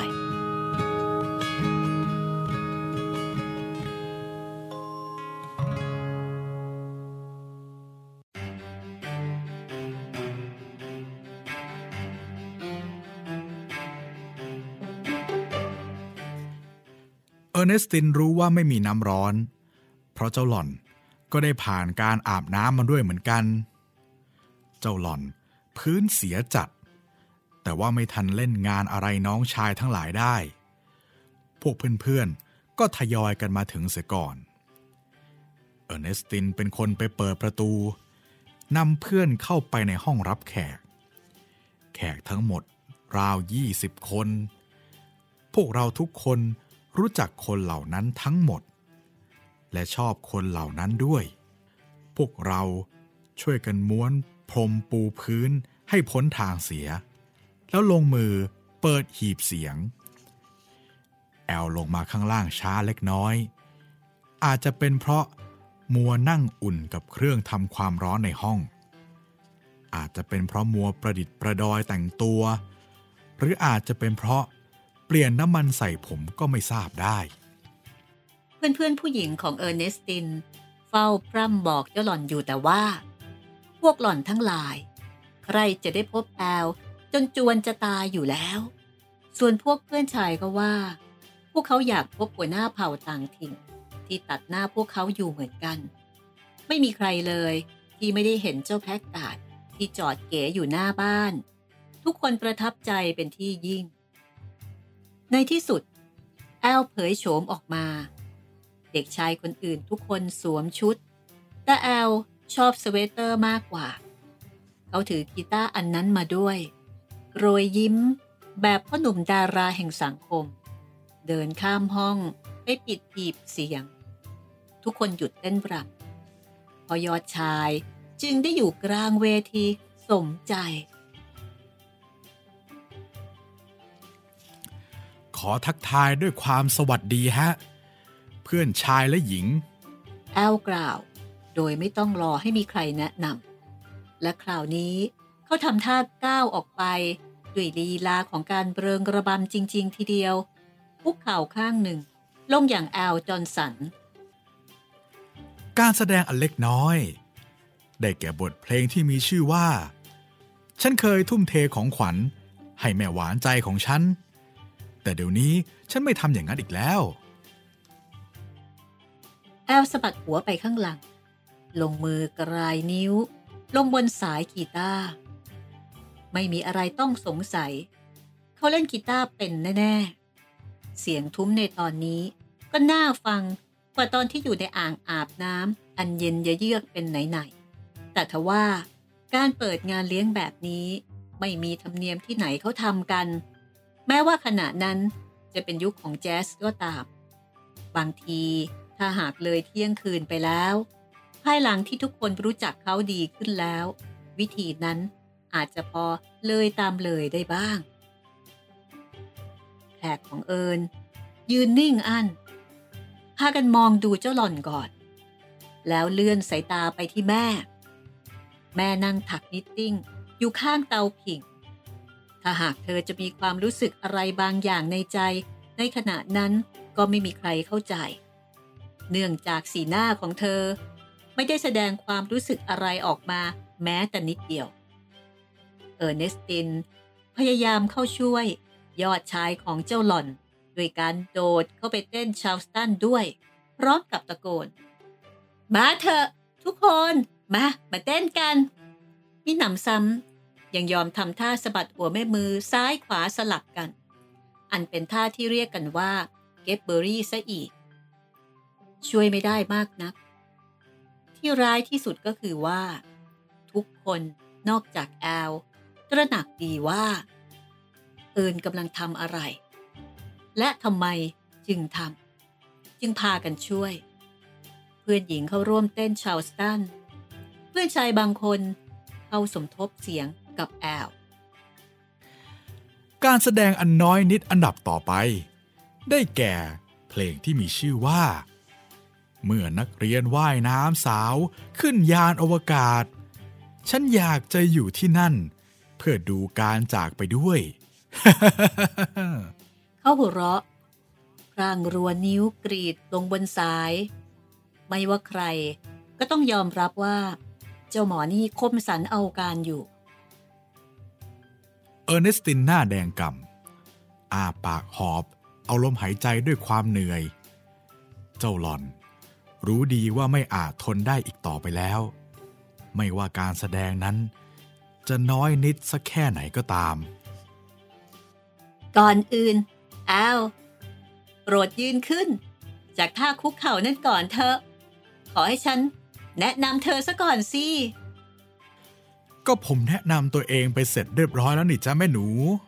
S1: เออร์เนสตินรู้ว่าไม่มีน้ำร้อนเพราะเจ้าหล่อนก็ได้ผ่านการอาบน้ำมาด้วยเหมือนกันเจ้าหล่อนพื้นเสียจัดแต่ว่าไม่ทันเล่นงานอะไรน้องชายทั้งหลายได้พวกเพื่อนๆก็ทยอยกันมาถึงเสียก่อนเออร์เนสตินเป็นคนไปเปิดประตูนำเพื่อนเข้าไปในห้องรับแขกทั้งหมดราว20 คนพวกเราทุกคนรู้จักคนเหล่านั้นทั้งหมดและชอบคนเหล่านั้นด้วยพวกเราช่วยกันม้วนพรมปูพื้นให้พ้นทางเสียแล้วลงมือเปิดหีบเสียงแอลลงมาข้างล่างช้าเล็กน้อยอาจจะเป็นเพราะมัวนั่งอุ่นกับเครื่องทำความร้อนในห้องอาจจะเป็นเพราะมัวประดิษฐ์ประดอยแต่งตัวหรืออาจจะเป็นเพราะเปลี่ยนน้ำมันใส่ผมก็ไม่ทราบได้
S2: เพื่อนผู้หญิงของเออร์เนสตินเฝ้าพร่ำบอกเจ้าหล่อนอยู่แต่ว่าพวกหล่อนทั้งหลายใครจะได้พบแอลจนจวนจะตายอยู่แล้วส่วนพวกเพื่อนชายก็ว่าพวกเขาอยากพบหัวหน้าเผ่าต่างถิ่นที่ตัดหน้าพวกเขาอยู่เหมือนกันไม่มีใครเลยที่ไม่ได้เห็นเจ้าแพ็กการ์ดที่จอดเก๋อยู่หน้าบ้านทุกคนประทับใจเป็นที่ยิ่งในที่สุดแอลเผยโฉมออกมาเด็กชายคนอื่นทุกคนสวมชุดแต่แอลชอบสเวตเตอร์มากกว่าเขาถือกีตาร์อันนั้นมาด้วยโรยยิ้มแบบพ่อหนุ่มดาราแห่งสังคมเดินข้ามห้องไปปิดหีบเสียงทุกคนหยุดเต้นรำพอยอดชายจึงได้อยู่กลางเวทีสมใจ
S1: ขอทักทายด้วยความสวัสดีฮะเพื่อนชายและหญิง
S2: แอลกล่าวโดยไม่ต้องรอให้มีใครแนะนำและคราวนี้เขาทำท่าก้าวออกไปด้วยลีลาของการเริงระบำจริงๆทีเดียวคุกเข่าข้างหนึ่งลงอย่างแอลจอห์นสัน
S1: การแสดงอันเล็กน้อยได้แก่บทเพลงที่มีชื่อว่าฉันเคยทุ่มเทของขวัญให้แม่หวานใจของฉันแต่เดี๋ยวนี้ฉันไม่ทำอย่างนั้นอีกแล้ว
S2: แอลสะบัดหัวไปข้างหลังลงมือกรายนิ้วลงบนสายกีตาร์ไม่มีอะไรต้องสงสัยเขาเล่นกีตาร์เป็นแน่ๆเสียงทุ้มในตอนนี้ก็น่าฟังกว่าตอนที่อยู่ในอ่างอาบน้ำอันเย็นเยือกเป็นไหนๆแต่ทว่าการเปิดงานเลี้ยงแบบนี้ไม่มีธรรมเนียมที่ไหนเขาทำกันแม้ว่าขณะนั้นจะเป็นยุคของแจ๊สก็ตามบางทีถ้าหากเลยเที่ยงคืนไปแล้วภายหลังที่ทุกคนรู้จักเขาดีขึ้นแล้ววิธีนั้นอาจจะพอเลยตามเลยได้บ้างแขกของเอิญยืนนิ่งอั้นพากันมองดูเจ้าหล่อนก่อนแล้วเลื่อนสายตาไปที่แม่นั่งถักนิตติ้งอยู่ข้างเตาผิงถ้าหากเธอจะมีความรู้สึกอะไรบางอย่างในใจในขณะนั้นก็ไม่มีใครเข้าใจเนื่องจากสีหน้าของเธอไม่ได้แสดงความรู้สึกอะไรออกมาแม้แต่นิดเดียวเออร์เนสตินพยายามเข้าช่วยยอดชายของเจ้าหล่อนโดยการโดดเข้าไปเต้นชาร์ลสตันด้วยพร้อมกับตะโกนมาเถอะทุกคนมาเต้นกันมิหนำซ้ำยังยอมทำท่าสะบัดหัวแม่มือซ้ายขวาสลับกันอันเป็นท่าที่เรียกกันว่าเก็บเบอรี่ซะอีกช่วยไม่ได้มากนักที่ร้ายที่สุดก็คือว่าทุกคนนอกจากแอลตระหนักดีว่าเอิญกำลังทำอะไรและทำไมจึงพากันช่วยเพื่อนหญิงเข้าร่วมเต้นชาร์ลสตันเพื่อนชายบางคนเข้าสมทบเสียงกับแอล
S1: การแสดงอันน้อยนิดอันดับต่อไปได้แก่เพลงที่มีชื่อว่าเมื่อนักเรียนว่ายน้ำสาวขึ้นยานอวกาศฉันอยากจะอยู่ที่นั่นเพื่อดูการจากไปด้วย
S2: เขาหัวเราะพรางรัวนิ้วกรีดลงบนสายไม่ว่าใครก็ต้องยอมรับว่าเจ้าหมอนี่คมสันเอาการอยู่
S1: เออร์เนสตินหน้าแดงก่ำอ้าปากหอบเอาลมหายใจด้วยความเหนื่อยเจ้าหล่อนรู้ดีว่าไม่อาจทนได้อีกต่อไปแล้วไม่ว่าการแสดงนั้นจะน้อยนิดสักแค่ไหนก็ตาม
S2: ก่อนอื่นโปรดยืนขึ้นจากท่าคุกเข่านั่นก่อนเถอะขอให้ฉันแนะนำเธอซะก่อนสิ
S1: ก็ผมแนะนำตัวเองไปเสร็จเรียบร้อยแล้วนี่จ้าแม่หนู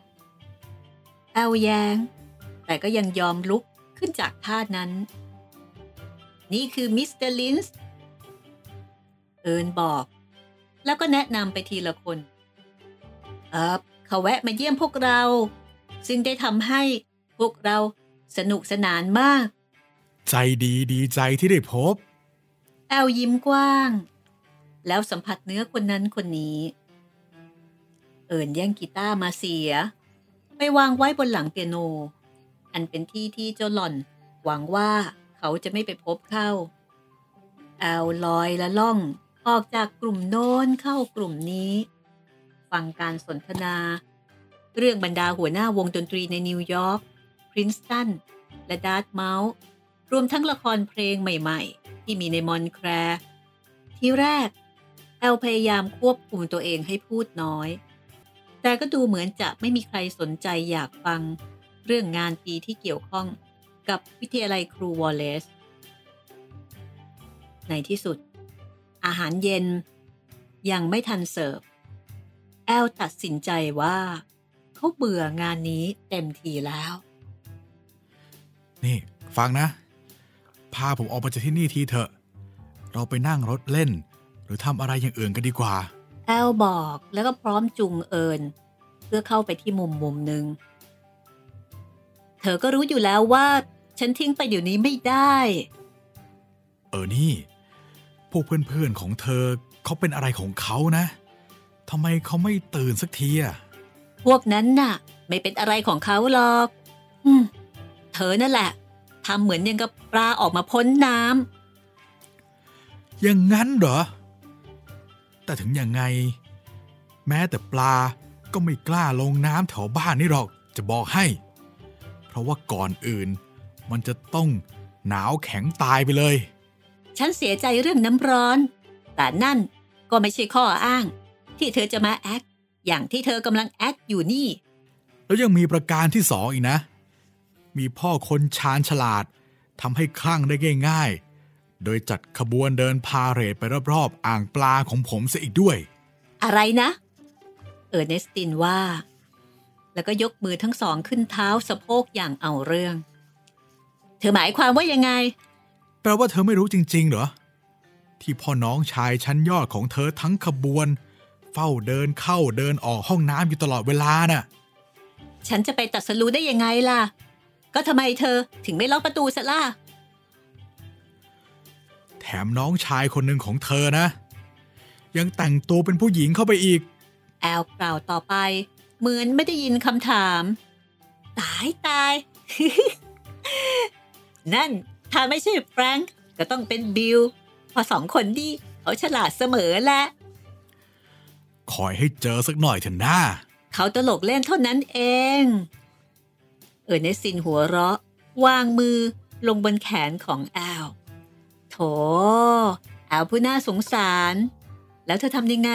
S2: แย้งแต่ก็ยังยอมลุกขึ้นจากท่านั้นนี่คือมิสเตอร์ลินส์เอิร์นบอกแล้วก็แนะนำไปทีละคนเขาแวะมาเยี่ยมพวกเราซึ่งได้ทำให้พวกเราสนุกสนานมาก
S1: ใจดีใจที่ได้พบ
S2: ยิ้มกว้างแล้วสัมผัสเนื้อคนนั้นคนนี้เอิร์นแย่งกีตาร์มาเสียไปวางไว้บนหลังเปียโนอันเป็นที่ที่เจ้าหล่อนหวังว่าเขาจะไม่ไปพบเข้าลอยละล่องออกจากกลุ่มโน้นเข้ากลุ่มนี้ฟังการสนทนาเรื่องบรรดาหัวหน้าวงดนตรีในนิวยอร์กพรินสตันและดาร์ตเมาส์รวมทั้งละครเพลงใหม่ๆที่มีในมอนแคร์ที่แรกพยายามควบคุมตัวเองให้พูดน้อยแต่ก็ดูเหมือนจะไม่มีใครสนใจอยากฟังเรื่องงานปีที่เกี่ยวข้องกับวิทยาลัยครูวอลเลซในที่สุดอาหารเย็นยังไม่ทันเสิร์ฟตัดสินใจว่าเขาเบื่องานนี้เต็มทีแล้ว
S1: นี่ฟังนะพาผมออกไปจากที่นี่ทีเถอะเราไปนั่งรถเล่นหรือทำอะไรอย่างอื่นกันดีกว่า
S2: บอกแล้วก็พร้อมจูงเอิญเพื่อเข้าไปที่มุมหนึ่งเธอก็รู้อยู่แล้วว่าฉันทิ้งไปเดี๋ยวนี้ไม่ได้
S1: นี่พวกเพื่อนๆของเธอเขาเป็นอะไรของเขานะทำไมเขาไม่ตื่นสักทีอ่ะ
S2: พวกนั้นน่ะไม่เป็นอะไรของเขาหรอกเธอนั่นแหละทำเหมือนยังกับปลาออกมาพ้นน้
S1: ำอย่างนั้นเหรอแต่ถึงยังไงแม้แต่ปลาก็ไม่กล้าลงน้ำแถวบ้านนี่หรอกจะบอกให้เพราะว่าก่อนอื่นมันจะต้องหนาวแข็งตายไปเลย
S2: ฉันเสียใจเรื่องน้ำร้อนแต่นั่นก็ไม่ใช่ข้ออ้างที่เธอจะมาแอคอย่างที่เธอกำลังแอคอยู่นี่
S1: แล้วยังมีประการที่2อีกนะมีพ่อคนชาญฉลาดทำให้คลั่งได้ง่ายๆโดยจัดขบวนเดินพาเหรดไปรอบๆอ่างปลาของผมซะอีกด้วย
S2: อะไรนะเออร์เนสตินว่าแล้วก็ยกมือทั้งสองขึ้นเท้าสะโพกอย่างเอาเรื่องเธอหมายความว่ายังไง
S1: แปลว่าเธอไม่รู้จริงๆเหรอที่พ่อน้องชายชั้นยอดของเธอทั้งขบวนเฝ้าเดินเข้าเดินออกห้องน้ำอยู่ตลอดเวลาน่ะ
S2: ฉันจะไปตัดสรู้ได้ยังไงล่ะก็ทำไมเธอถึงไม่ล็อกประตูซะล่ะ
S1: แถมน้องชายคนหนึ่งของเธอนะยังแต่งตัวเป็นผู้หญิงเข้าไปอีก
S2: กล่าวต่อไปเหมือนไม่ได้ยินคำถามตาย นั่นถ้าไม่ใช่แฟรงก์ก็ต้องเป็นบิลพอ2คนนี้เขาฉลาดเสมอแหละ
S1: คอยให้เจอสักหน่อยเถอะนะ
S2: เขาตลกเล่นเท่านั้นเองเออร์เนสตินหัวเราะวางมือลงบนแขนของโถผู้น่าสงสารแล้วเธอทำยังไง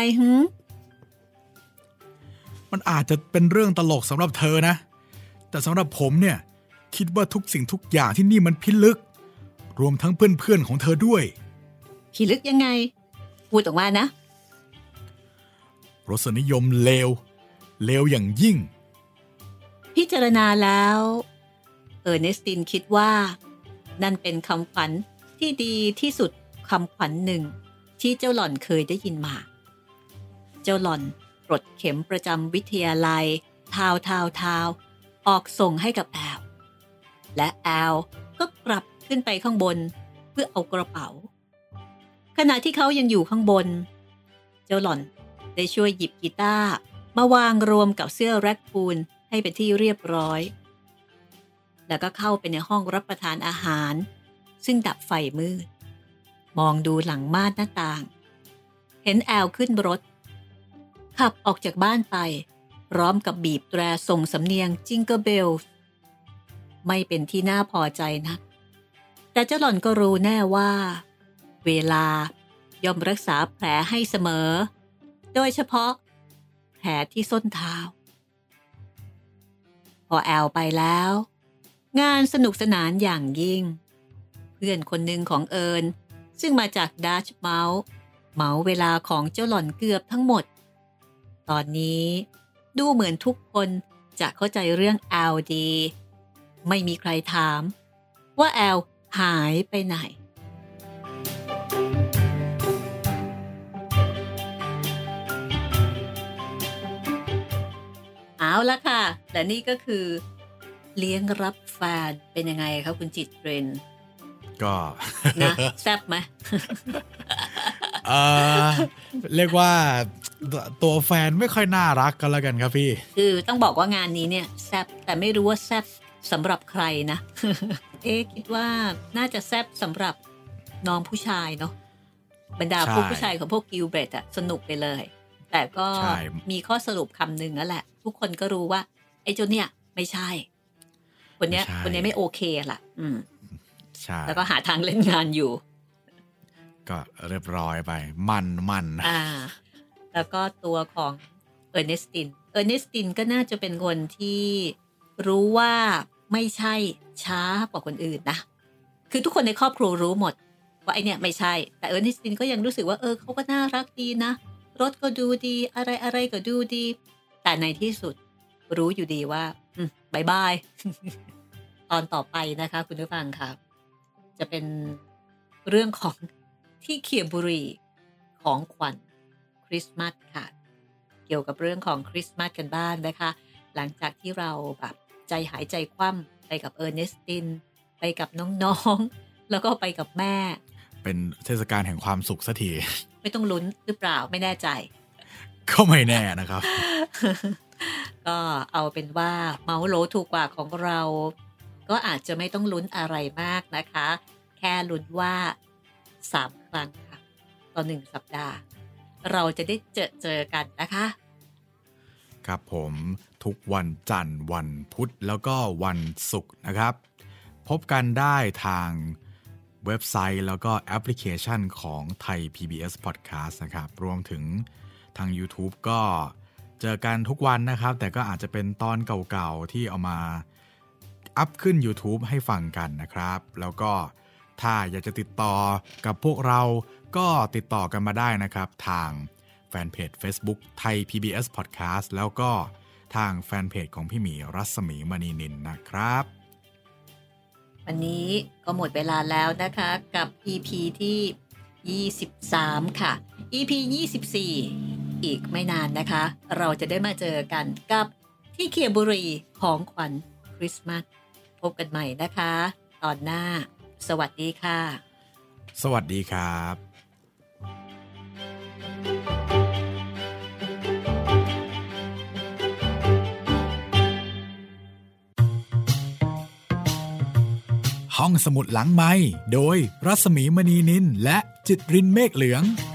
S1: มันอาจจะเป็นเรื่องตลกสำหรับเธอนะแต่สำหรับผมเนี่ยคิดว่าทุกสิ่งทุกอย่างที่นี่มันพิลึกรวมทั้งเพื่อนๆของเธอด้วย
S2: พิลึกยังไงพูดออกมานะ
S1: รสนิยมเลวอย่างยิ่ง
S2: พิจารณาแล้วเออร์เนสตินคิดว่านั่นเป็นคำขวัญที่ดีที่สุดคำขวัญหนึ่งที่เจ้าหล่อนเคยได้ยินมาเจ้าหล่อนปลดเข็มประจำวิทยาลัยทาวออกส่งให้กับและก็กลับขึ้นไปข้างบนเพื่อเอากระเป๋าขณะที่เขายังอยู่ข้างบนเจ้าหล่อนได้ช่วยหยิบกีตาร์มาวางรวมกับเสื้อแร็คคูนใให้เป็นที่เรียบร้อยแล้วก็เข้าไปในห้องรับประทานอาหารซึ่งดับไฟมืดมองดูหลังม่านหน้าต่างเห็นแอลขึ้นรถขับออกจากบ้านไปพร้อมกับบีบแตรส่งสำเนียงจิงเกิลเบลไม่เป็นที่น่าพอใจนักแต่เจ้าหล่อนก็รู้แน่ว่าเวลาย่อมรักษาแผลให้เสมอโดยเฉพาะแผลที่ส้นเท้าพอแอลไปแล้วงานสนุกสนานอย่างยิ่งเพื่อนคนหนึ่งของเอิญซึ่งมาจากดัชเมาส์เหมาเวลาของเจ้าหล่อนเกือบทั้งหมดตอนนี้ดูเหมือนทุกคนจะเข้าใจเรื่องแอลดีไม่มีใครถามว่าแอลหายไปไหนเอาละค่ะและนี่ก็คือเลี้ยงรับแฟนเป็นยังไงครับคุณจิตเรน
S1: ก็
S2: นะแซ่บไหม
S1: เรียกว่าตัวแฟนไม่ค่อยน่ารักกันแล้วกันครับพี่
S2: คือต้องบอกว่างานนี้เนี่ยแซ่บแต่ไม่รู้ว่าแซ่บสำหรับใครนะ คิดว่าน่าจะแซ่บสำหรับน้องผู้ชายเนาะบรรดาพวกผู้ชายของพวกกิลเบรตอะสนุกไปเลยแต่ก็มีข้อสรุปคำหนึ่งนั่นแหละทุกคนก็รู้ว่าไอ้เจ้าเนี่ยไม่ใช่คนเนี้ยไม่โอเคล่ะ
S1: ใช่
S2: แล้วก็หาทางเล่นงานอยู่
S1: ก็เรียบร้อยไปมัน
S2: แล้วก็ตัวของเออร์เนสตินก็น่าจะเป็นคนที่รู้ว่าไม่ใช่ช้ากว่าคนอื่นนะคือทุกคนในครอบครัวรู้หมดว่าไอเนี่ยไม่ใช่แต่เออร์เนสตินก็ยังรู้สึกว่าเขาก็น่ารักดีนะรถก็ดูดีอะไรก็ดูดีแต่ในที่สุดรู้อยู่ดีว่าบายบาย ตอนต่อไปนะคะคุณผู้ฟังค่ะจะเป็นเรื่องของที่เคียบุรีของขวัญคริสต์มาสค่ะเกี่ยวกับเรื่องของคริสต์มาสกันบ้างนะคะหลังจากที่เราแบบใจหายใจคว่ำไปกับเออร์เนสตินไปกับน้องๆแล้วก็ไปกับแม่
S1: เป็นเทศกาลแห่งความสุขสักที
S2: ไม่ต้องลุ้นหรือเปล่าไม่แน่ใจ
S1: ก็ไม่แน่นะครับ
S2: ก็เอาเป็นว่าเมาส์โลถูกกว่าของเราก็อาจจะไม่ต้องลุ้นอะไรมากนะคะแค่ลุ้นว่า3 ครั้งค่ะต่อ1 สัปดาห์เราจะได้เจอกันนะคะ
S1: ครับผมทุกวันจันทร์วันพุธแล้วก็วันศุกร์นะครับพบกันได้ทางเว็บไซต์แล้วก็แอปพลิเคชันของไทย PBS Podcast นะครับรวมถึงทาง YouTube ก็เจอกันทุกวันนะครับแต่ก็อาจจะเป็นตอนเก่าๆที่เอามาอัพขึ้น YouTube ให้ฟังกันนะครับแล้วก็ถ้าอยากจะติดต่อกับพวกเราก็ติดต่อกันมาได้นะครับทางแฟนเพจ Facebook ไทย PBS Podcast แล้วก็ทางแฟนเพจของพี่หมีรัศมีมณีนินนะครับ
S2: วันนี้ก็หมดเวลาแล้วนะคะกับ EP ที่23ค่ะ EP 24อีกไม่นานนะคะเราจะได้มาเจอกันกับที่เคียบุรีของขวัญคริสต์มาสพบกันใหม่นะคะตอนหน้าสวัสดีค่ะ
S1: สวัสดีครับห้องสมุดหลังไมค์โดยรัศมีมณีนินและจิตรินเมฆเหลือง